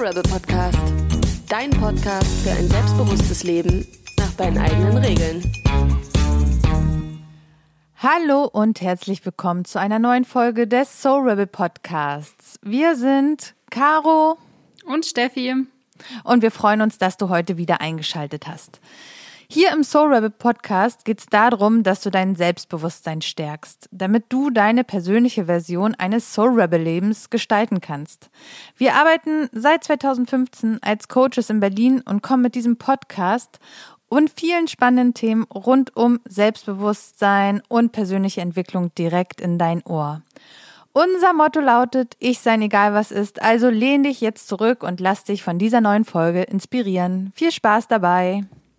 Rebel Podcast. Dein Podcast für ein selbstbewusstes Leben nach deinen eigenen Regeln. Hallo und herzlich willkommen zu einer neuen Folge des Soul Rebel Podcasts. Wir sind Caro und Steffi und wir freuen uns, dass du heute wieder eingeschaltet hast. Hier im Soul Rebel Podcast geht es darum, dass du dein Selbstbewusstsein stärkst, damit du deine persönliche Version eines Soul Rebel Lebens gestalten kannst. Wir arbeiten seit 2015 als Coaches in Berlin und kommen mit diesem Podcast und vielen spannenden Themen rund um Selbstbewusstsein und persönliche Entwicklung direkt in dein Ohr. Unser Motto lautet, ich sein egal was ist, also lehn dich jetzt zurück und lass dich von dieser neuen Folge inspirieren. Viel Spaß dabei!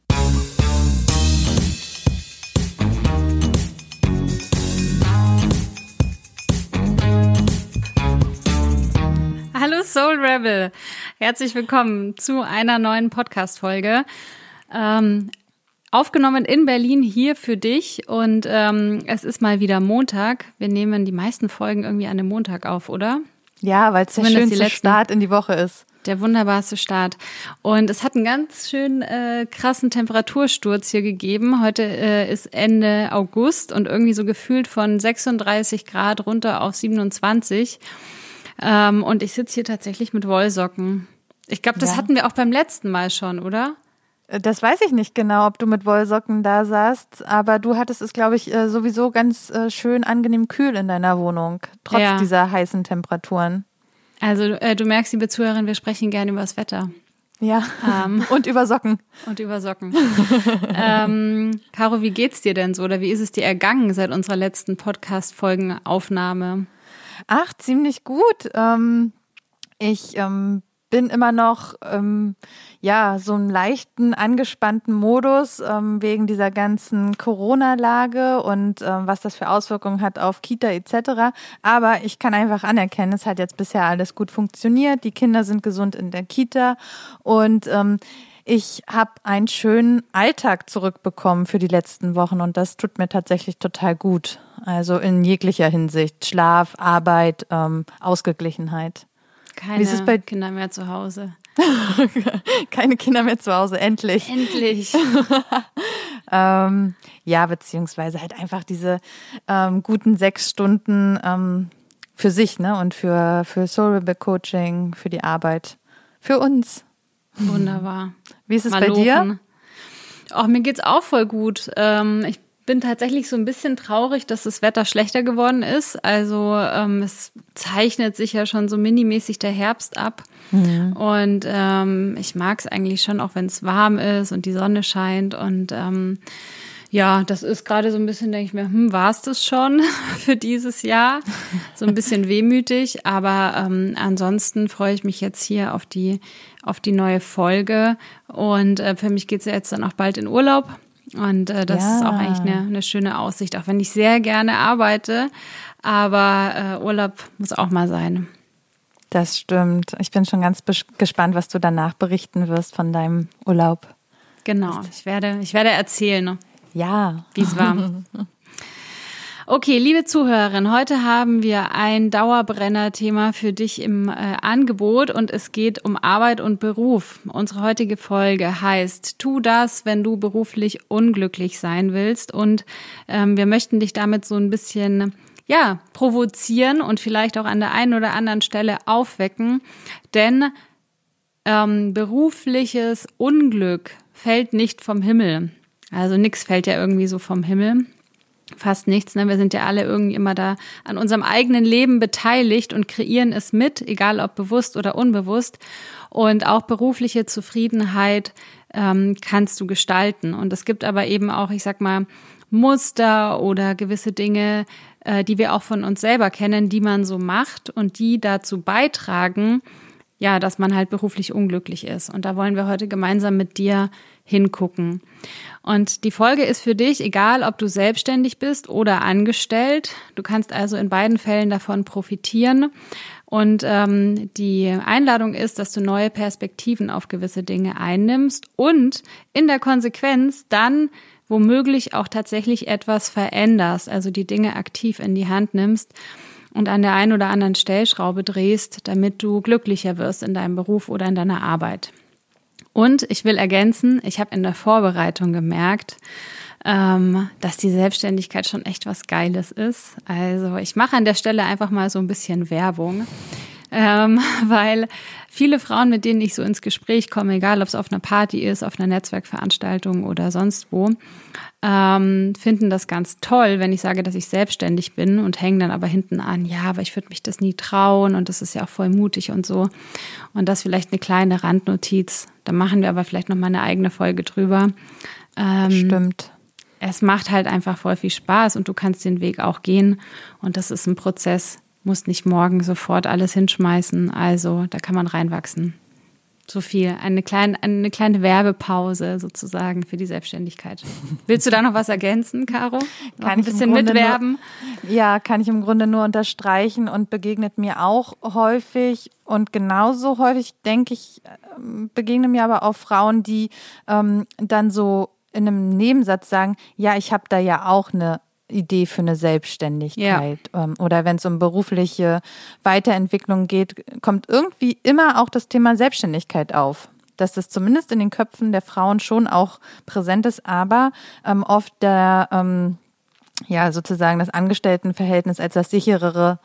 Hallo Soul Rebel, herzlich willkommen zu einer neuen Podcast-Folge. Aufgenommen in Berlin hier für dich und es ist mal wieder Montag. Wir nehmen die meisten Folgen irgendwie an dem Montag auf, oder? Ja, weil es der schönste Start in die Woche ist. Der wunderbarste Start. Und es hat einen ganz schön krassen Temperatursturz hier gegeben. Heute ist Ende August und irgendwie so gefühlt von 36 Grad runter auf 27. Und ich sitze hier tatsächlich mit Wollsocken. Ich glaube, das hatten wir auch beim letzten Mal schon, oder? Das weiß ich nicht genau, ob du mit Wollsocken da saßt, aber du hattest es, glaube ich, sowieso ganz schön angenehm kühl in deiner Wohnung, trotz dieser heißen Temperaturen. Also du merkst, liebe Zuhörerin, wir sprechen gerne über das Wetter. Ja, und über Socken. Und über Socken. Caro, wie geht's dir denn so oder wie ist es dir ergangen seit unserer letzten Podcast-Folgenaufnahme? Ach, ziemlich gut. Ich bin immer noch so einen leichten, angespannten Modus wegen dieser ganzen Corona-Lage und was das für Auswirkungen hat auf Kita etc. Aber ich kann einfach anerkennen, es hat jetzt bisher alles gut funktioniert. Die Kinder sind gesund in der Kita und ich habe einen schönen Alltag zurückbekommen für die letzten Wochen und das tut mir tatsächlich total gut. Also in jeglicher Hinsicht. Schlaf, Arbeit, Ausgeglichenheit. Keine Kinder mehr zu Hause. Keine Kinder mehr zu Hause, endlich. Endlich. Beziehungsweise halt einfach diese guten 6 Stunden für sich, ne? Und für Soul Rebel Coaching, für die Arbeit, für uns. Wunderbar. Wie ist es bei dir? Auch mir geht's auch voll gut. Ich bin tatsächlich so ein bisschen traurig, dass das Wetter schlechter geworden ist. Also es zeichnet sich ja schon so minimäßig der Herbst ab. Mhm. Und ich mag es eigentlich schon, auch wenn es warm ist und die Sonne scheint. Und das ist gerade so ein bisschen, denke ich mir, war es das schon für dieses Jahr? So ein bisschen wehmütig. Aber ansonsten freue ich mich jetzt hier auf die neue Folge. Und für mich geht es ja jetzt dann auch bald in Urlaub. Und das ist auch eigentlich eine schöne Aussicht, auch wenn ich sehr gerne arbeite. Aber Urlaub muss auch mal sein. Das stimmt. Ich bin schon ganz gespannt, was du danach berichten wirst von deinem Urlaub. Genau, ich werde erzählen, ja, wie es war. Okay, liebe Zuhörerin, heute haben wir ein Dauerbrenner-Thema für dich im Angebot und es geht um Arbeit und Beruf. Unsere heutige Folge heißt, tu das, wenn du beruflich unglücklich sein willst und wir möchten dich damit so ein bisschen provozieren und vielleicht auch an der einen oder anderen Stelle aufwecken, denn berufliches Unglück fällt nicht vom Himmel. Also nichts fällt ja irgendwie so vom Himmel. Fast nichts, ne? Wir sind ja alle irgendwie immer da an unserem eigenen Leben beteiligt und kreieren es mit, egal ob bewusst oder unbewusst. Und auch berufliche Zufriedenheit kannst du gestalten. Und es gibt aber eben auch, ich sag mal, Muster oder gewisse Dinge, die wir auch von uns selber kennen, die man so macht und die dazu beitragen, dass man halt beruflich unglücklich ist. Und da wollen wir heute gemeinsam mit dir hingucken. Und die Folge ist für dich, egal ob du selbstständig bist oder angestellt. Du kannst also in beiden Fällen davon profitieren. Und die Einladung ist, dass du neue Perspektiven auf gewisse Dinge einnimmst und in der Konsequenz dann womöglich auch tatsächlich etwas veränderst, also die Dinge aktiv in die Hand nimmst. und an der einen oder anderen Stellschraube drehst, damit du glücklicher wirst in deinem Beruf oder in deiner Arbeit. Und ich will ergänzen, ich habe in der Vorbereitung gemerkt, dass die Selbstständigkeit schon echt was Geiles ist. Also ich mache an der Stelle einfach mal so ein bisschen Werbung, weil viele Frauen, mit denen ich so ins Gespräch komme, egal ob es auf einer Party ist, auf einer Netzwerkveranstaltung oder sonst wo, finden das ganz toll, wenn ich sage, dass ich selbstständig bin und hängen dann aber hinten an, ja, aber ich würde mich das nie trauen und das ist ja auch voll mutig und so. Und das vielleicht eine kleine Randnotiz. Da machen wir aber vielleicht noch mal eine eigene Folge drüber. Stimmt. Es macht halt einfach voll viel Spaß und du kannst den Weg auch gehen. Und das ist ein Prozess, musst nicht morgen sofort alles hinschmeißen. Also da kann man reinwachsen. So viel, eine kleine Werbepause sozusagen für die Selbstständigkeit. Willst du da noch was ergänzen, Caro? Noch ein bisschen mitwerben? Kann ich im Grunde nur unterstreichen und begegnet mir auch häufig. Und genauso häufig, denke ich, begegnen mir aber auch Frauen, die dann so in einem Nebensatz sagen, ja, ich habe da ja auch eine Idee für eine Selbstständigkeit. Ja. Oder wenn es um berufliche Weiterentwicklung geht, kommt irgendwie immer auch das Thema Selbstständigkeit auf. Dass das zumindest in den Köpfen der Frauen schon auch präsent ist, aber oft sozusagen das Angestelltenverhältnis als das sicherere,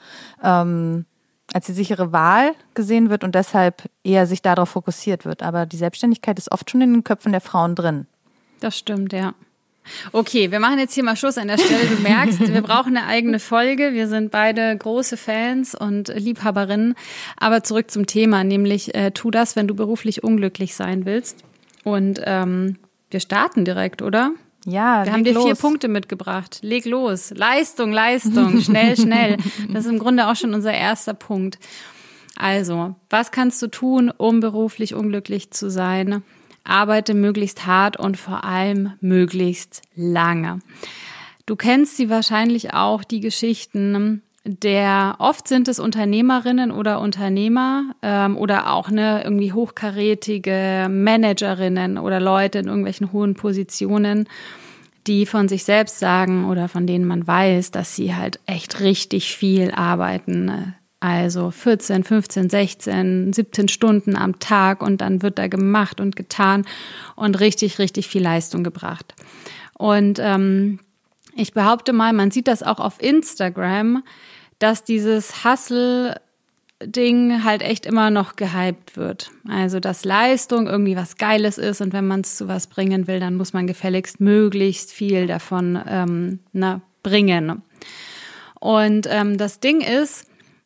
als die sichere Wahl gesehen wird und deshalb eher sich darauf fokussiert wird. Aber die Selbstständigkeit ist oft schon in den Köpfen der Frauen drin. Das stimmt, ja. Okay, wir machen jetzt hier mal Schluss an der Stelle. Du merkst, wir brauchen eine eigene Folge. Wir sind beide große Fans und Liebhaberinnen. Aber zurück zum Thema, nämlich tu das, wenn du beruflich unglücklich sein willst. Und wir starten direkt, oder? Ja, wir haben dir 4 Punkte mitgebracht. Leg los. Leistung, schnell, schnell. Das ist im Grunde auch schon unser erster Punkt. Also, was kannst du tun, um beruflich unglücklich zu sein? Arbeite möglichst hart und vor allem möglichst lange. Du kennst sie wahrscheinlich auch, die Geschichten, oft sind es Unternehmerinnen oder Unternehmer oder auch irgendwie hochkarätige Managerinnen oder Leute in irgendwelchen hohen Positionen, die von sich selbst sagen oder von denen man weiß, dass sie halt echt richtig viel arbeiten. Also 14, 15, 16, 17 Stunden am Tag und dann wird da gemacht und getan und richtig, richtig viel Leistung gebracht. Und ich behaupte mal, man sieht das auch auf Instagram, dass dieses Hustle-Ding halt echt immer noch gehypt wird. Also dass Leistung irgendwie was Geiles ist und wenn man es zu was bringen will, dann muss man gefälligst möglichst viel davon bringen. Und das Ding ist,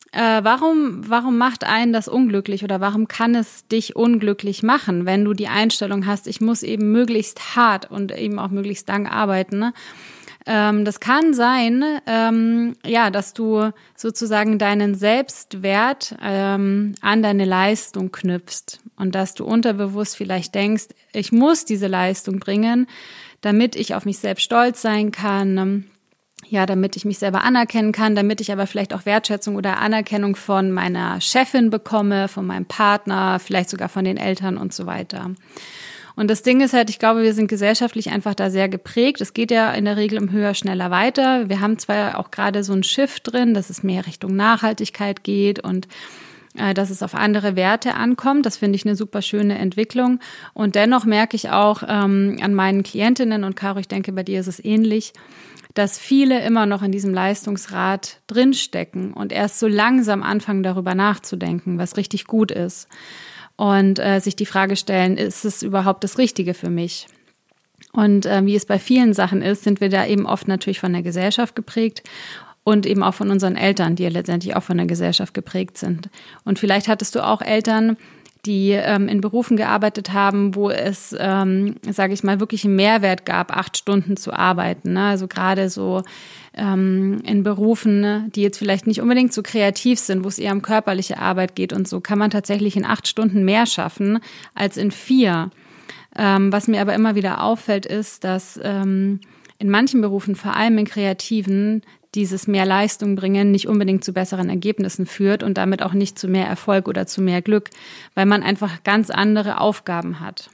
warum macht einen das unglücklich oder warum kann es dich unglücklich machen, wenn du die Einstellung hast, ich muss eben möglichst hart und eben auch möglichst lang arbeiten, ne? Das kann sein, dass du sozusagen deinen Selbstwert an deine Leistung knüpfst und dass du unterbewusst vielleicht denkst, ich muss diese Leistung bringen, damit ich auf mich selbst stolz sein kann, damit ich mich selber anerkennen kann, damit ich aber vielleicht auch Wertschätzung oder Anerkennung von meiner Chefin bekomme, von meinem Partner, vielleicht sogar von den Eltern und so weiter. Und das Ding ist halt, ich glaube, wir sind gesellschaftlich einfach da sehr geprägt. Es geht ja in der Regel um höher, schneller, weiter. Wir haben zwar auch gerade so einen Shift drin, dass es mehr Richtung Nachhaltigkeit geht und dass es auf andere Werte ankommt. Das finde ich eine super schöne Entwicklung. Und dennoch merke ich auch an meinen Klientinnen, und Caro, ich denke, bei dir ist es ähnlich, dass viele immer noch in diesem Leistungsrad drinstecken und erst so langsam anfangen, darüber nachzudenken, was richtig gut ist. Und sich die Frage stellen, ist es überhaupt das Richtige für mich? Und wie es bei vielen Sachen ist, sind wir da eben oft natürlich von der Gesellschaft geprägt und eben auch von unseren Eltern, die ja letztendlich auch von der Gesellschaft geprägt sind. Und vielleicht hattest du auch Eltern, die in Berufen gearbeitet haben, wo es, sage ich mal, wirklich einen Mehrwert gab, 8 Stunden zu arbeiten. Ne? Also gerade so in Berufen, ne, die jetzt vielleicht nicht unbedingt so kreativ sind, wo es eher um körperliche Arbeit geht und so, kann man tatsächlich in 8 Stunden mehr schaffen als in 4. Was mir aber immer wieder auffällt, ist, dass in manchen Berufen, vor allem in kreativen, dieses mehr Leistung bringen nicht unbedingt zu besseren Ergebnissen führt und damit auch nicht zu mehr Erfolg oder zu mehr Glück, weil man einfach ganz andere Aufgaben hat.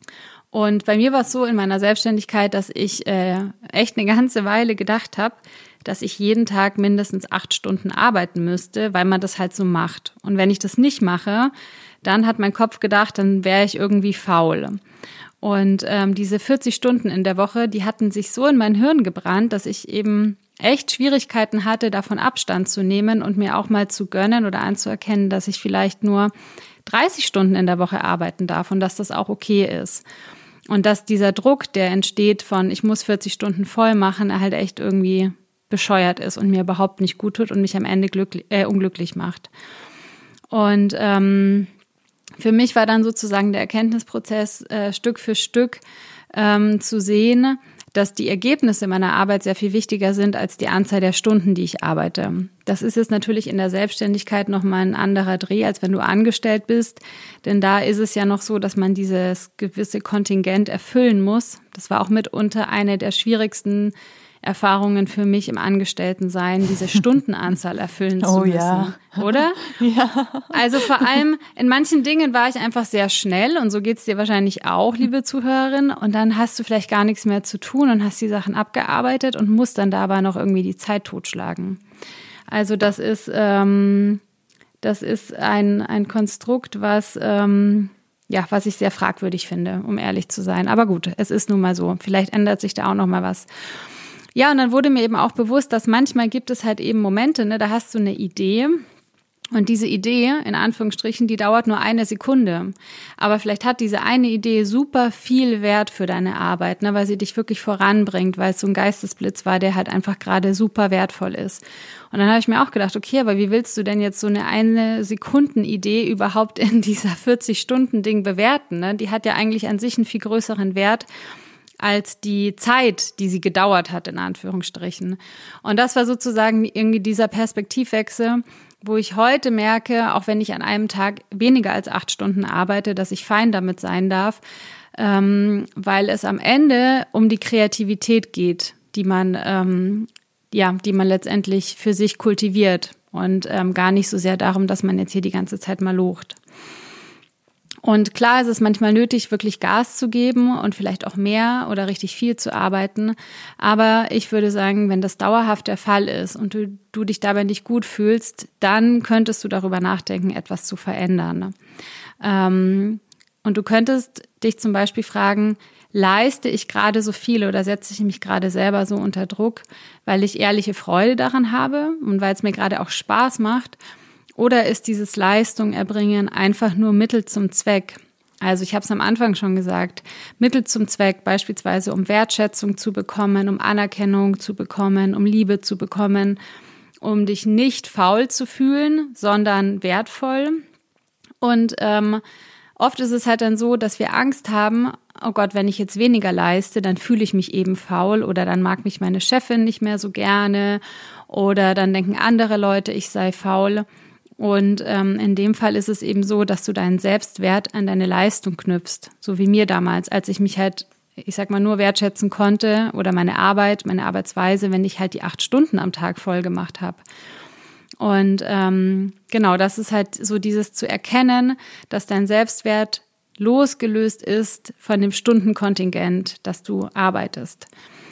Und bei mir war es so in meiner Selbstständigkeit, dass ich echt eine ganze Weile gedacht habe, dass ich jeden Tag mindestens 8 Stunden arbeiten müsste, weil man das halt so macht. Und wenn ich das nicht mache, dann hat mein Kopf gedacht, dann wäre ich irgendwie faul. Und diese 40 Stunden in der Woche, die hatten sich so in mein Hirn gebrannt, dass ich eben echt Schwierigkeiten hatte, davon Abstand zu nehmen und mir auch mal zu gönnen oder anzuerkennen, dass ich vielleicht nur 30 Stunden in der Woche arbeiten darf und dass das auch okay ist. Und dass dieser Druck, der entsteht von, ich muss 40 Stunden voll machen, halt echt irgendwie bescheuert ist und mir überhaupt nicht gut tut und mich am Ende unglücklich macht. Und für mich war dann sozusagen der Erkenntnisprozess, Stück für Stück zu sehen, dass die Ergebnisse meiner Arbeit sehr viel wichtiger sind als die Anzahl der Stunden, die ich arbeite. Das ist jetzt natürlich in der Selbstständigkeit nochmal ein anderer Dreh, als wenn du angestellt bist. Denn da ist es ja noch so, dass man dieses gewisse Kontingent erfüllen muss. Das war auch mitunter eine der schwierigsten Erfahrungen für mich im Angestelltensein, diese Stundenanzahl erfüllen zu müssen. Ja. Oder? Ja. Also vor allem in manchen Dingen war ich einfach sehr schnell und so geht's dir wahrscheinlich auch, liebe Zuhörerin. Und dann hast du vielleicht gar nichts mehr zu tun und hast die Sachen abgearbeitet und musst dann dabei noch irgendwie die Zeit totschlagen. Also das ist ein Konstrukt, was ich sehr fragwürdig finde, um ehrlich zu sein. Aber gut, es ist nun mal so. Vielleicht ändert sich da auch noch mal was. Ja, und dann wurde mir eben auch bewusst, dass manchmal gibt es halt eben Momente, ne, da hast du eine Idee und diese Idee, in Anführungsstrichen, die dauert nur 1 Sekunde. Aber vielleicht hat diese eine Idee super viel Wert für deine Arbeit, ne, weil sie dich wirklich voranbringt, weil es so ein Geistesblitz war, der halt einfach gerade super wertvoll ist. Und dann habe ich mir auch gedacht, okay, aber wie willst du denn jetzt so eine Sekunden-Idee überhaupt in dieser 40-Stunden-Ding bewerten? Ne? Die hat ja eigentlich an sich einen viel größeren Wert als die Zeit, die sie gedauert hat, in Anführungsstrichen. Und das war sozusagen irgendwie dieser Perspektivwechsel, wo ich heute merke, auch wenn ich an einem Tag weniger als 8 Stunden arbeite, dass ich fein damit sein darf, weil es am Ende um die Kreativität geht, die man letztendlich für sich kultiviert und gar nicht so sehr darum, dass man jetzt hier die ganze Zeit mal locht. Und klar ist es manchmal nötig, wirklich Gas zu geben und vielleicht auch mehr oder richtig viel zu arbeiten. Aber ich würde sagen, wenn das dauerhaft der Fall ist und du dich dabei nicht gut fühlst, dann könntest du darüber nachdenken, etwas zu verändern. Und du könntest dich zum Beispiel fragen, leiste ich gerade so viel oder setze ich mich gerade selber so unter Druck, weil ich ehrliche Freude daran habe und weil es mir gerade auch Spaß macht? Oder ist dieses Leistung erbringen einfach nur Mittel zum Zweck? Also ich habe es am Anfang schon gesagt, Mittel zum Zweck, beispielsweise um Wertschätzung zu bekommen, um Anerkennung zu bekommen, um Liebe zu bekommen, um dich nicht faul zu fühlen, sondern wertvoll. Und oft ist es halt dann so, dass wir Angst haben, oh Gott, wenn ich jetzt weniger leiste, dann fühle ich mich eben faul oder dann mag mich meine Chefin nicht mehr so gerne oder dann denken andere Leute, ich sei faul. Und in dem Fall ist es eben so, dass du deinen Selbstwert an deine Leistung knüpfst. So wie mir damals, als ich mich halt, ich sag mal, nur wertschätzen konnte oder meine Arbeit, meine Arbeitsweise, wenn ich halt die 8 Stunden am Tag voll gemacht habe. Und genau, das ist halt so dieses zu erkennen, dass dein Selbstwert losgelöst ist von dem Stundenkontingent, das du arbeitest.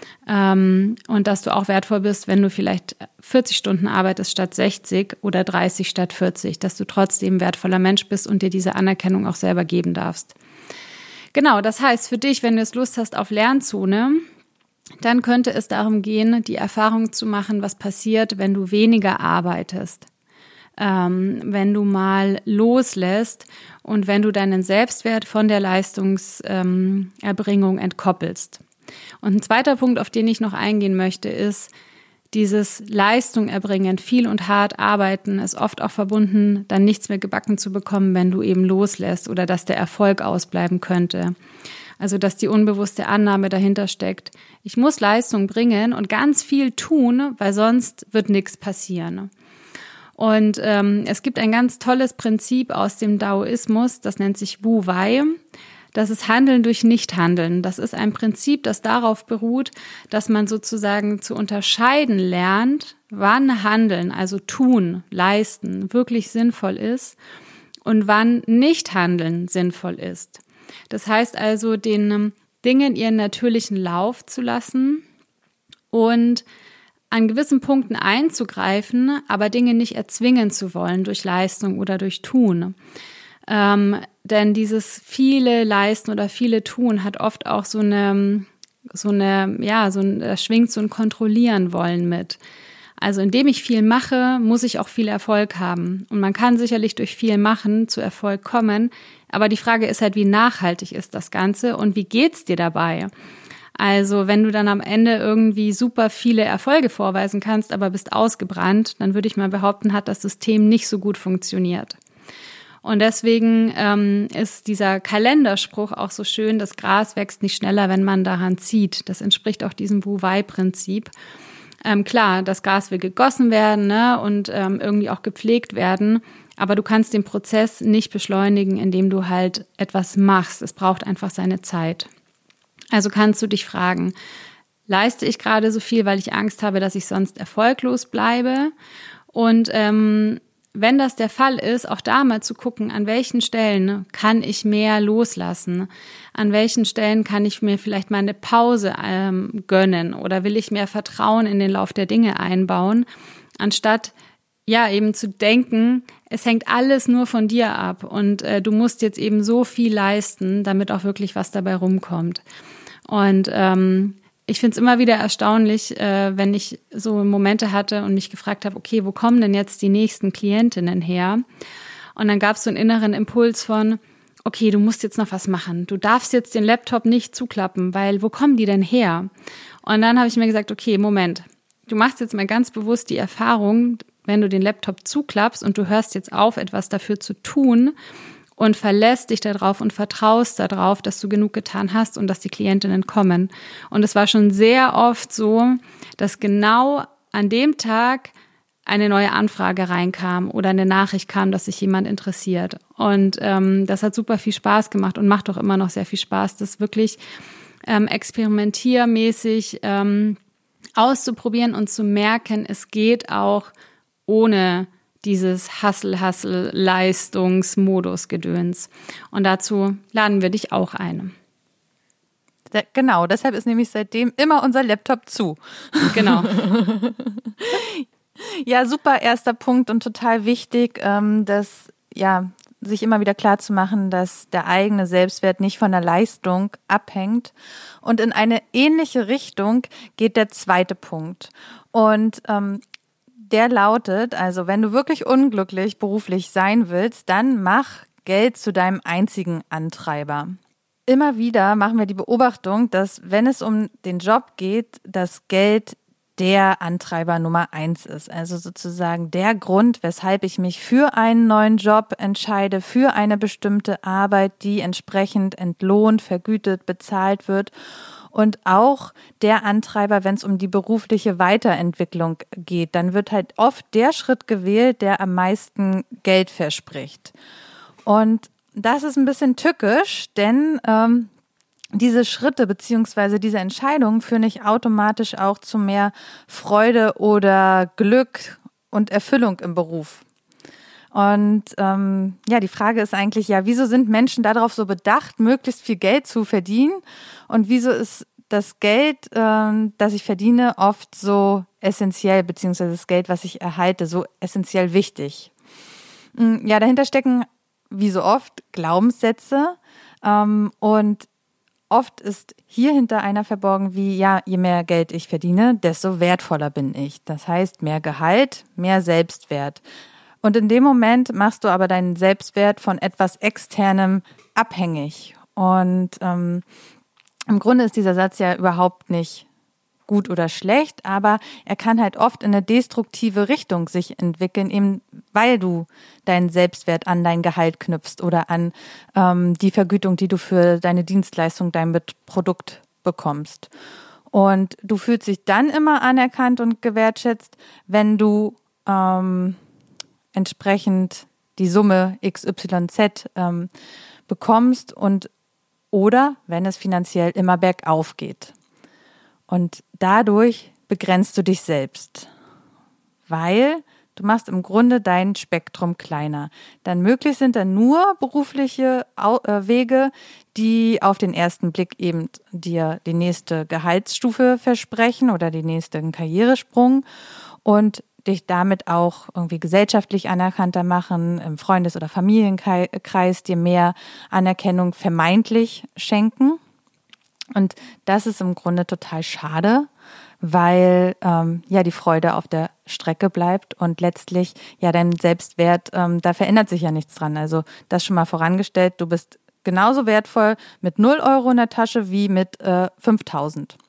Und dass du auch wertvoll bist, wenn du vielleicht 40 Stunden arbeitest statt 60 oder 30 statt 40, dass du trotzdem ein wertvoller Mensch bist und dir diese Anerkennung auch selber geben darfst. Genau, das heißt für dich, wenn du jetzt Lust hast auf Lernzone, dann könnte es darum gehen, die Erfahrung zu machen, was passiert, wenn du weniger arbeitest. Wenn du mal loslässt und wenn du deinen Selbstwert von der Leistungserbringung entkoppelst. Und ein zweiter Punkt, auf den ich noch eingehen möchte, ist dieses Leistung erbringen, viel und hart arbeiten, ist oft auch verbunden, dann nichts mehr gebacken zu bekommen, wenn du eben loslässt oder dass der Erfolg ausbleiben könnte. Also dass die unbewusste Annahme dahinter steckt, ich muss Leistung bringen und ganz viel tun, weil sonst wird nichts passieren. Und es gibt ein ganz tolles Prinzip aus dem Daoismus, das nennt sich Wu Wei. Das ist Handeln durch Nichthandeln. Das ist ein Prinzip, das darauf beruht, dass man sozusagen zu unterscheiden lernt, wann Handeln, also tun, leisten, wirklich sinnvoll ist und wann Nichthandeln sinnvoll ist. Das heißt also, den Dingen ihren natürlichen Lauf zu lassen und an gewissen Punkten einzugreifen, aber Dinge nicht erzwingen zu wollen durch Leistung oder durch Tun. Denn dieses viele Leisten oder viele Tun hat oft auch da schwingt so ein Kontrollieren wollen mit. Also indem ich viel mache, muss ich auch viel Erfolg haben. Und man kann sicherlich durch viel Machen zu Erfolg kommen. Aber die Frage ist halt, wie nachhaltig ist das Ganze und wie geht's dir dabei? Also wenn du dann am Ende irgendwie super viele Erfolge vorweisen kannst, aber bist ausgebrannt, dann würde ich mal behaupten, hat das System nicht so gut funktioniert. Und deswegen ist dieser Kalenderspruch auch so schön, das Gras wächst nicht schneller, wenn man daran zieht. Das entspricht auch diesem Wu-Wei-Prinzip. Klar, das Gras will gegossen werden, ne, und irgendwie auch gepflegt werden, aber du kannst den Prozess nicht beschleunigen, indem du halt etwas machst. Es braucht einfach seine Zeit. Also kannst du dich fragen, leiste ich gerade so viel, weil ich Angst habe, dass ich sonst erfolglos bleibe? Und wenn das der Fall ist, auch da mal zu gucken, an welchen Stellen kann ich mehr loslassen? An welchen Stellen kann ich mir vielleicht mal eine Pause gönnen? Oder will ich mehr Vertrauen in den Lauf der Dinge einbauen, anstatt eben zu denken, es hängt alles nur von dir ab und du musst jetzt eben so viel leisten, damit auch wirklich was dabei rumkommt. Und ich finde es immer wieder erstaunlich, wenn ich so Momente hatte und mich gefragt habe, okay, wo kommen denn jetzt die nächsten Klientinnen her? Und dann gab es so einen inneren Impuls von, okay, du musst jetzt noch was machen. Du darfst jetzt den Laptop nicht zuklappen, weil wo kommen die denn her? Und dann habe ich mir gesagt, okay, Moment, du machst jetzt mal ganz bewusst die Erfahrung, wenn du den Laptop zuklappst und du hörst jetzt auf, etwas dafür zu tun, und verlässt dich darauf und vertraust darauf, dass du genug getan hast und dass die Klientinnen kommen. Und es war schon sehr oft so, dass genau an dem Tag eine neue Anfrage reinkam oder eine Nachricht kam, dass sich jemand interessiert. Und das hat super viel Spaß gemacht und macht auch immer noch sehr viel Spaß, das wirklich experimentiermäßig auszuprobieren und zu merken, es geht auch ohne dieses Hustle-Leistungs-Modus-Gedöns. Und dazu laden wir dich auch ein. Genau, deshalb ist nämlich seitdem immer unser Laptop zu. Genau. Ja, super erster Punkt und total wichtig, sich immer wieder klar zu machen, dass der eigene Selbstwert nicht von der Leistung abhängt. Und in eine ähnliche Richtung geht der zweite Punkt. Und der lautet, also wenn du wirklich unglücklich beruflich sein willst, dann mach Geld zu deinem einzigen Antreiber. Immer wieder machen wir die Beobachtung, dass wenn es um den Job geht, das Geld der Antreiber Nummer 1 ist. Also sozusagen der Grund, weshalb ich mich für einen neuen Job entscheide, für eine bestimmte Arbeit, die entsprechend entlohnt, vergütet, bezahlt wird. Und auch der Antreiber, wenn es um die berufliche Weiterentwicklung geht, dann wird halt oft der Schritt gewählt, der am meisten Geld verspricht. Und das ist ein bisschen tückisch, denn diese Schritte beziehungsweise diese Entscheidungen führen nicht automatisch auch zu mehr Freude oder Glück und Erfüllung im Beruf. Und die Frage ist eigentlich, wieso sind Menschen darauf so bedacht, möglichst viel Geld zu verdienen? Und wieso ist das Geld, das ich verdiene, oft so essentiell, beziehungsweise das Geld, was ich erhalte, so essentiell wichtig? Ja, dahinter stecken, wie so oft, Glaubenssätze. Und oft ist hier hinter einer verborgen wie, je mehr Geld ich verdiene, desto wertvoller bin ich. Das heißt, mehr Gehalt, mehr Selbstwert. Und in dem Moment machst du aber deinen Selbstwert von etwas Externem abhängig. Und im Grunde ist dieser Satz ja überhaupt nicht gut oder schlecht, aber er kann halt oft in eine destruktive Richtung sich entwickeln, eben weil du deinen Selbstwert an dein Gehalt knüpfst oder an die Vergütung, die du für deine Dienstleistung, dein Produkt bekommst. Und du fühlst dich dann immer anerkannt und gewertschätzt, wenn du entsprechend die Summe XYZ bekommst oder wenn es finanziell immer bergauf geht. Und dadurch begrenzt du dich selbst, weil Du machst im Grunde dein Spektrum kleiner. Dann möglich sind dann nur berufliche Wege, die auf den ersten Blick eben dir die nächste Gehaltsstufe versprechen oder den nächsten Karrieresprung und dich damit auch irgendwie gesellschaftlich anerkannter machen, im Freundes- oder Familienkreis dir mehr Anerkennung vermeintlich schenken. Und das ist im Grunde total schade, weil die Freude auf der Strecke bleibt und letztlich dein Selbstwert, da verändert sich ja nichts dran. Also das schon mal vorangestellt, du bist genauso wertvoll mit 0 Euro in der Tasche wie mit 5.000.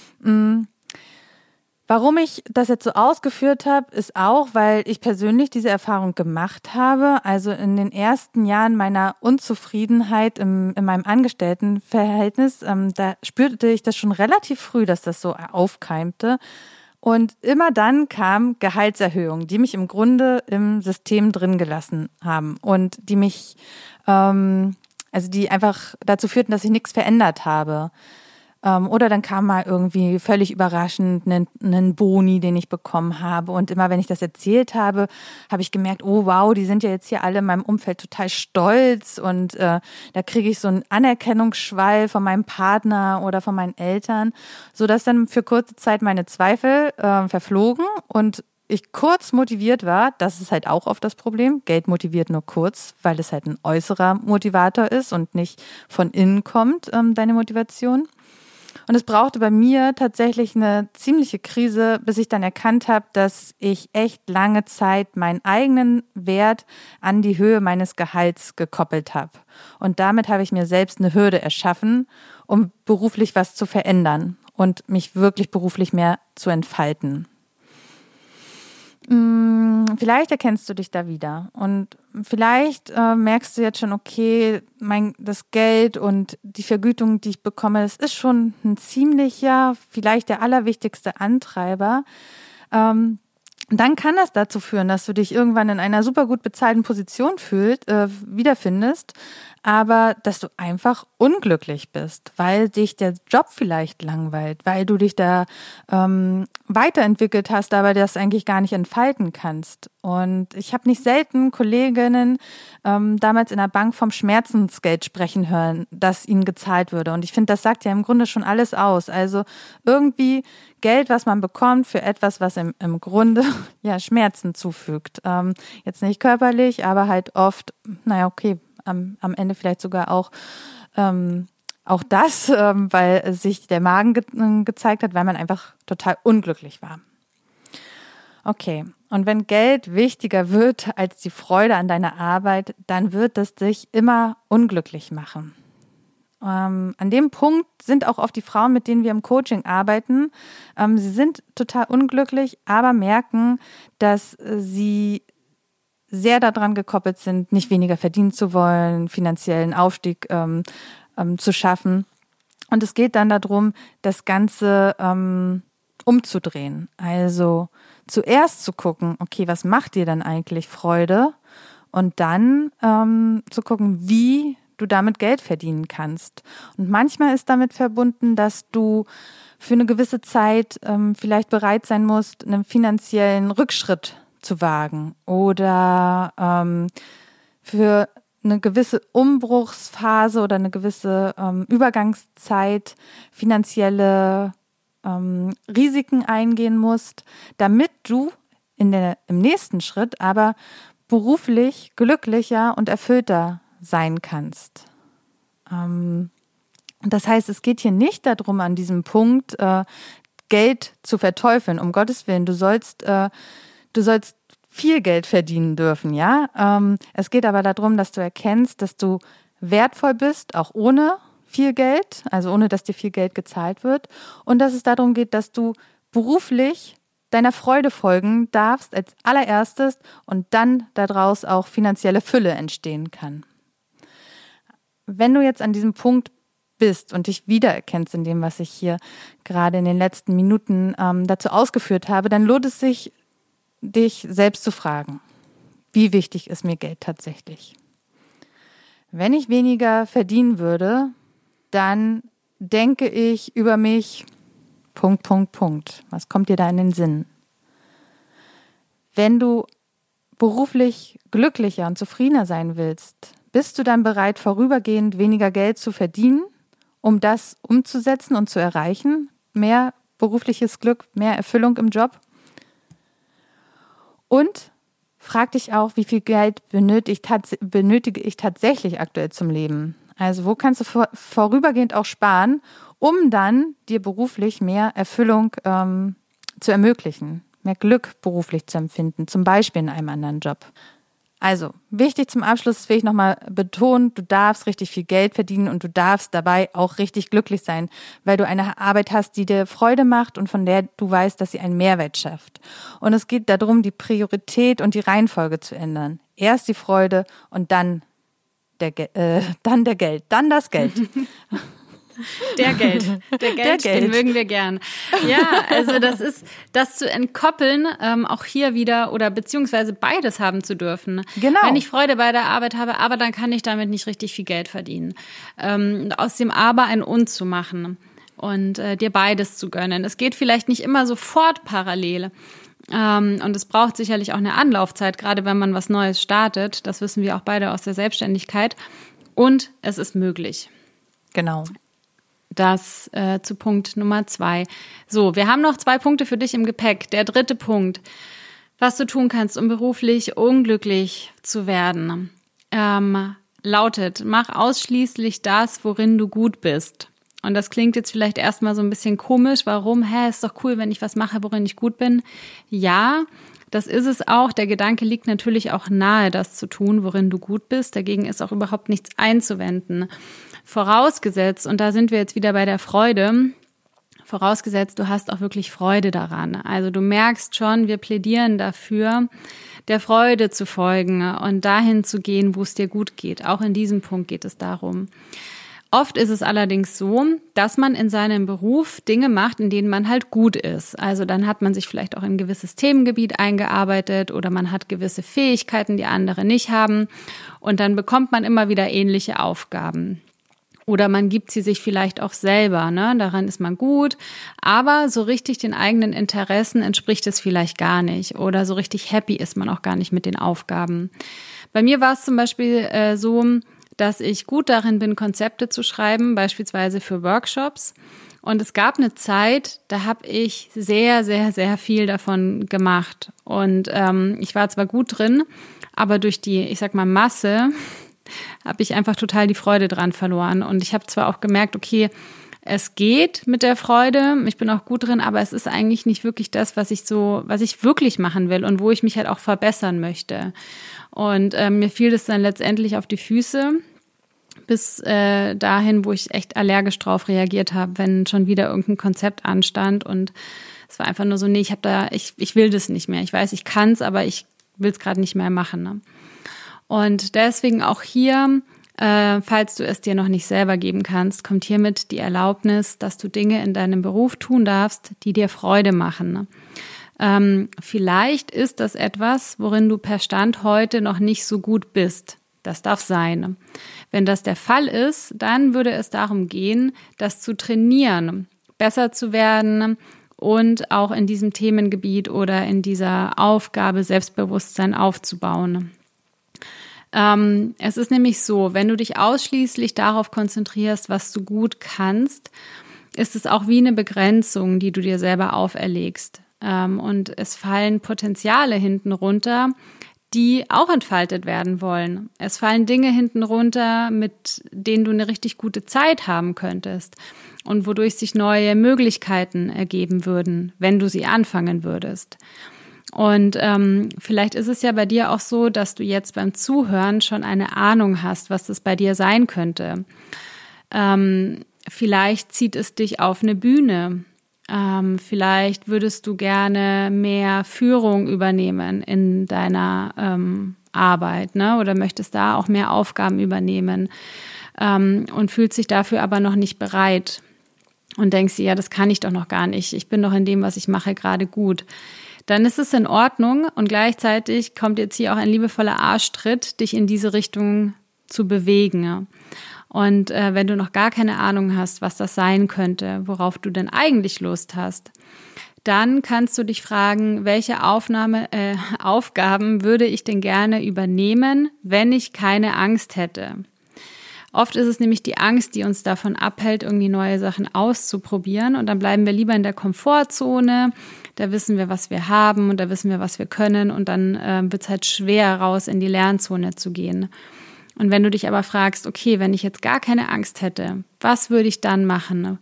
Warum ich das jetzt so ausgeführt habe, ist auch, weil ich persönlich diese Erfahrung gemacht habe. Also in den ersten Jahren meiner Unzufriedenheit in meinem Angestelltenverhältnis, da spürte ich das schon relativ früh, dass das so aufkeimte. Und immer dann kamen Gehaltserhöhungen, die mich im Grunde im System drin gelassen haben und die mich, die einfach dazu führten, dass ich nichts verändert habe. Oder dann kam mal irgendwie völlig überraschend einen Boni, den ich bekommen habe. Und immer wenn ich das erzählt habe, habe ich gemerkt, oh wow, die sind ja jetzt hier alle in meinem Umfeld total stolz. Und da kriege ich so einen Anerkennungsschwall von meinem Partner oder von meinen Eltern, sodass dann für kurze Zeit meine Zweifel verflogen und ich kurz motiviert war. Das ist halt auch oft das Problem. Geld motiviert nur kurz, weil es halt ein äußerer Motivator ist und nicht von innen kommt, deine Motivation. Und es brauchte bei mir tatsächlich eine ziemliche Krise, bis ich dann erkannt habe, dass ich echt lange Zeit meinen eigenen Wert an die Höhe meines Gehalts gekoppelt habe. Und damit habe ich mir selbst eine Hürde erschaffen, um beruflich was zu verändern und mich wirklich beruflich mehr zu entfalten. Vielleicht erkennst du dich da wieder und vielleicht merkst du jetzt schon, okay, das Geld und die Vergütung, die ich bekomme, das ist schon ein ziemlicher, vielleicht der allerwichtigste Antreiber. Dann kann das dazu führen, dass du dich irgendwann in einer super gut bezahlten Position wiederfindest, aber dass du einfach unglücklich bist, weil dich der Job vielleicht langweilt, weil du dich da weiterentwickelt hast, aber das eigentlich gar nicht entfalten kannst. Und ich habe nicht selten Kolleginnen damals in der Bank vom Schmerzensgeld sprechen hören, das ihnen gezahlt würde. Und ich finde, das sagt ja im Grunde schon alles aus. Also irgendwie Geld, was man bekommt für etwas, was im Grunde Schmerzen zufügt. Jetzt nicht körperlich, aber halt oft, am Ende vielleicht sogar auch das, weil sich der Magen gezeigt hat, weil man einfach total unglücklich war. Okay, und wenn Geld wichtiger wird als die Freude an deiner Arbeit, dann wird es dich immer unglücklich machen. An dem Punkt sind auch oft die Frauen, mit denen wir im Coaching arbeiten, sie sind total unglücklich, aber merken, dass sie sehr daran gekoppelt sind, nicht weniger verdienen zu wollen, finanziellen Aufstieg zu schaffen. Und es geht dann darum, das Ganze umzudrehen. Also zuerst zu gucken, okay, was macht dir dann eigentlich Freude? Und dann zu gucken, wie du damit Geld verdienen kannst. Und manchmal ist damit verbunden, dass du für eine gewisse Zeit vielleicht bereit sein musst, einen finanziellen Rückschritt zu wagen oder für eine gewisse Umbruchsphase oder eine gewisse Übergangszeit finanzielle Risiken eingehen musst, damit du im nächsten Schritt aber beruflich glücklicher und erfüllter sein kannst. Das heißt, es geht hier nicht darum, an diesem Punkt Geld zu verteufeln. Um Gottes Willen, du sollst viel Geld verdienen dürfen, ja. Es geht aber darum, dass du erkennst, dass du wertvoll bist, auch ohne viel Geld, also ohne, dass dir viel Geld gezahlt wird. Und dass es darum geht, dass du beruflich deiner Freude folgen darfst als allererstes und dann daraus auch finanzielle Fülle entstehen kann. Wenn du jetzt an diesem Punkt bist und dich wiedererkennst in dem, was ich hier gerade in den letzten Minuten dazu ausgeführt habe, dann lohnt es sich, dich selbst zu fragen, wie wichtig ist mir Geld tatsächlich? Wenn ich weniger verdienen würde, dann denke ich über mich, ... Was kommt dir da in den Sinn? Wenn du beruflich glücklicher und zufriedener sein willst, bist du dann bereit, vorübergehend weniger Geld zu verdienen, um das umzusetzen und zu erreichen? Mehr berufliches Glück, mehr Erfüllung im Job? Und frag dich auch, wie viel Geld benötige ich tatsächlich aktuell zum Leben? Also wo kannst du vorübergehend auch sparen, um dann dir beruflich mehr Erfüllung zu ermöglichen, mehr Glück beruflich zu empfinden, zum Beispiel in einem anderen Job. Also, wichtig zum Abschluss will ich nochmal betonen, du darfst richtig viel Geld verdienen und du darfst dabei auch richtig glücklich sein, weil du eine Arbeit hast, die dir Freude macht und von der du weißt, dass sie einen Mehrwert schafft. Und es geht darum, die Priorität und die Reihenfolge zu ändern. Erst die Freude und dann das Geld. Der Geld, den mögen wir gern. Ja, also das zu entkoppeln, auch hier wieder oder beziehungsweise beides haben zu dürfen. Genau. Wenn ich Freude bei der Arbeit habe, aber dann kann ich damit nicht richtig viel Geld verdienen. Aus dem Aber ein Und zu machen und dir beides zu gönnen. Es geht vielleicht nicht immer sofort parallel. Und es braucht sicherlich auch eine Anlaufzeit, gerade wenn man was Neues startet. Das wissen wir auch beide aus der Selbstständigkeit. Und es ist möglich. Genau. Das zu Punkt Nummer 2. So, wir haben noch 2 Punkte für dich im Gepäck. Der 3. Punkt, was du tun kannst, um beruflich unglücklich zu werden, lautet, mach ausschließlich das, worin du gut bist. Und das klingt jetzt vielleicht erstmal so ein bisschen komisch. Warum? Ist doch cool, wenn ich was mache, worin ich gut bin. Ja, das ist es auch. Der Gedanke liegt natürlich auch nahe, das zu tun, worin du gut bist. Dagegen ist auch überhaupt nichts einzuwenden. Vorausgesetzt, und da sind wir jetzt wieder bei der Freude, vorausgesetzt, du hast auch wirklich Freude daran. Also du merkst schon, wir plädieren dafür, der Freude zu folgen und dahin zu gehen, wo es dir gut geht. Auch in diesem Punkt geht es darum. Oft ist es allerdings so, dass man in seinem Beruf Dinge macht, in denen man halt gut ist. Also dann hat man sich vielleicht auch in ein gewisses Themengebiet eingearbeitet oder man hat gewisse Fähigkeiten, die andere nicht haben. Und dann bekommt man immer wieder ähnliche Aufgaben. Oder man gibt sie sich vielleicht auch selber, ne? Daran ist man gut, aber so richtig den eigenen Interessen entspricht es vielleicht gar nicht oder so richtig happy ist man auch gar nicht mit den Aufgaben. Bei mir war es zum Beispiel so, dass ich gut darin bin, Konzepte zu schreiben, beispielsweise für Workshops. Und es gab eine Zeit, da habe ich sehr, sehr, sehr viel davon gemacht. Und ich war zwar gut drin, aber durch die, ich sag mal, Masse habe ich einfach total die Freude dran verloren. Und ich habe zwar auch gemerkt, okay, es geht mit der Freude, ich bin auch gut drin, aber es ist eigentlich nicht wirklich das, was ich wirklich machen will und wo ich mich halt auch verbessern möchte. Und mir fiel das dann letztendlich auf die Füße, bis dahin, wo ich echt allergisch drauf reagiert habe, wenn schon wieder irgendein Konzept anstand. Und es war einfach nur so, nee, ich will das nicht mehr. Ich weiß, ich kann es, aber ich will es gerade nicht mehr machen, ne? Und deswegen auch hier, falls du es dir noch nicht selber geben kannst, kommt hiermit die Erlaubnis, dass du Dinge in deinem Beruf tun darfst, die dir Freude machen. Vielleicht ist das etwas, worin du per Stand heute noch nicht so gut bist. Das darf sein. Wenn das der Fall ist, dann würde es darum gehen, das zu trainieren, besser zu werden und auch in diesem Themengebiet oder in dieser Aufgabe Selbstbewusstsein aufzubauen. Es ist nämlich so, wenn du dich ausschließlich darauf konzentrierst, was du gut kannst, ist es auch wie eine Begrenzung, die du dir selber auferlegst. Und es fallen Potenziale hinten runter, die auch entfaltet werden wollen. Es fallen Dinge hinten runter, mit denen du eine richtig gute Zeit haben könntest und wodurch sich neue Möglichkeiten ergeben würden, wenn du sie anfangen würdest. Und vielleicht ist es ja bei dir auch so, dass du jetzt beim Zuhören schon eine Ahnung hast, was das bei dir sein könnte. Vielleicht zieht es dich auf eine Bühne. Vielleicht würdest du gerne mehr Führung übernehmen in deiner Arbeit, ne? Oder möchtest da auch mehr Aufgaben übernehmen und fühlst dich dafür aber noch nicht bereit und denkst dir, ja, das kann ich doch noch gar nicht. Ich bin doch in dem, was ich mache, gerade gut. Dann ist es in Ordnung und gleichzeitig kommt jetzt hier auch ein liebevoller Arschtritt, dich in diese Richtung zu bewegen. Und wenn du noch gar keine Ahnung hast, was das sein könnte, worauf du denn eigentlich Lust hast, dann kannst du dich fragen, welche Aufgaben würde ich denn gerne übernehmen, wenn ich keine Angst hätte? Oft ist es nämlich die Angst, die uns davon abhält, irgendwie neue Sachen auszuprobieren. Und dann bleiben wir lieber in der Komfortzone. Da wissen wir, was wir haben und da wissen wir, was wir können. Und dann wird es halt schwer, raus in die Lernzone zu gehen. Und wenn du dich aber fragst, okay, wenn ich jetzt gar keine Angst hätte, was würde ich dann machen?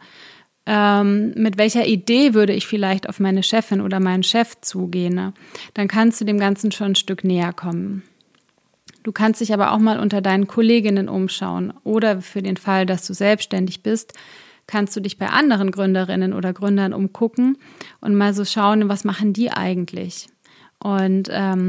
Mit welcher Idee würde ich vielleicht auf meine Chefin oder meinen Chef zugehen? Dann kannst du dem Ganzen schon ein Stück näher kommen. Du kannst dich aber auch mal unter deinen Kolleginnen umschauen oder für den Fall, dass du selbstständig bist, kannst du dich bei anderen Gründerinnen oder Gründern umgucken und mal so schauen, was machen die eigentlich? Und